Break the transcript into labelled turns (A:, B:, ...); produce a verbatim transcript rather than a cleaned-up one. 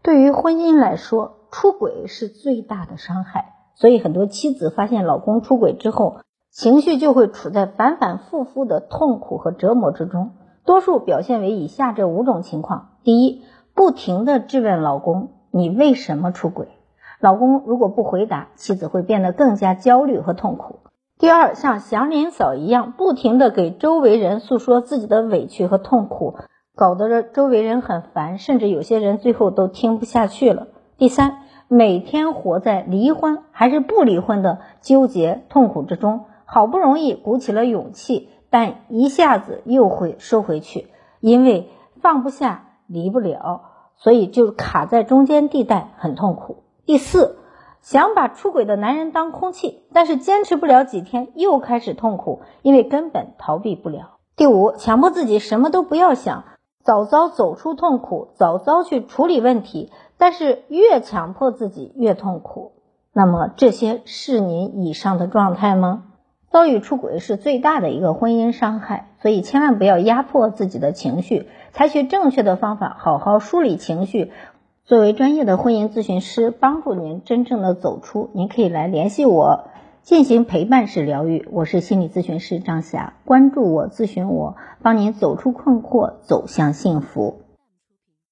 A: 对于婚姻来说，出轨是最大的伤害，所以很多妻子发现老公出轨之后，情绪就会处在反反复复的痛苦和折磨之中，多数表现为以下这五种情况。第一，不停地质问老公，你为什么出轨？老公如果不回答，妻子会变得更加焦虑和痛苦。第二，像祥林嫂一样，不停地给周围人诉说自己的委屈和痛苦，搞得周围人很烦，甚至有些人最后都听不下去了。第三，每天活在离婚还是不离婚的纠结痛苦之中，好不容易鼓起了勇气，但一下子又会收回去，因为放不下离不了，所以就卡在中间地带，很痛苦。第四，想把出轨的男人当空气，但是坚持不了几天又开始痛苦，因为根本逃避不了。第五，强迫自己什么都不要想，早早走出痛苦，早早去处理问题，但是越强迫自己越痛苦。那么这些是您以上的状态吗？遭遇出轨是最大的一个婚姻伤害，所以千万不要压迫自己的情绪，采取正确的方法，好好梳理情绪。作为专业的婚姻咨询师，帮助您真正的走出，您可以来联系我进行陪伴式疗愈。我是心理咨询师张霞，关注我，咨询我，帮您走出困惑，走向幸福。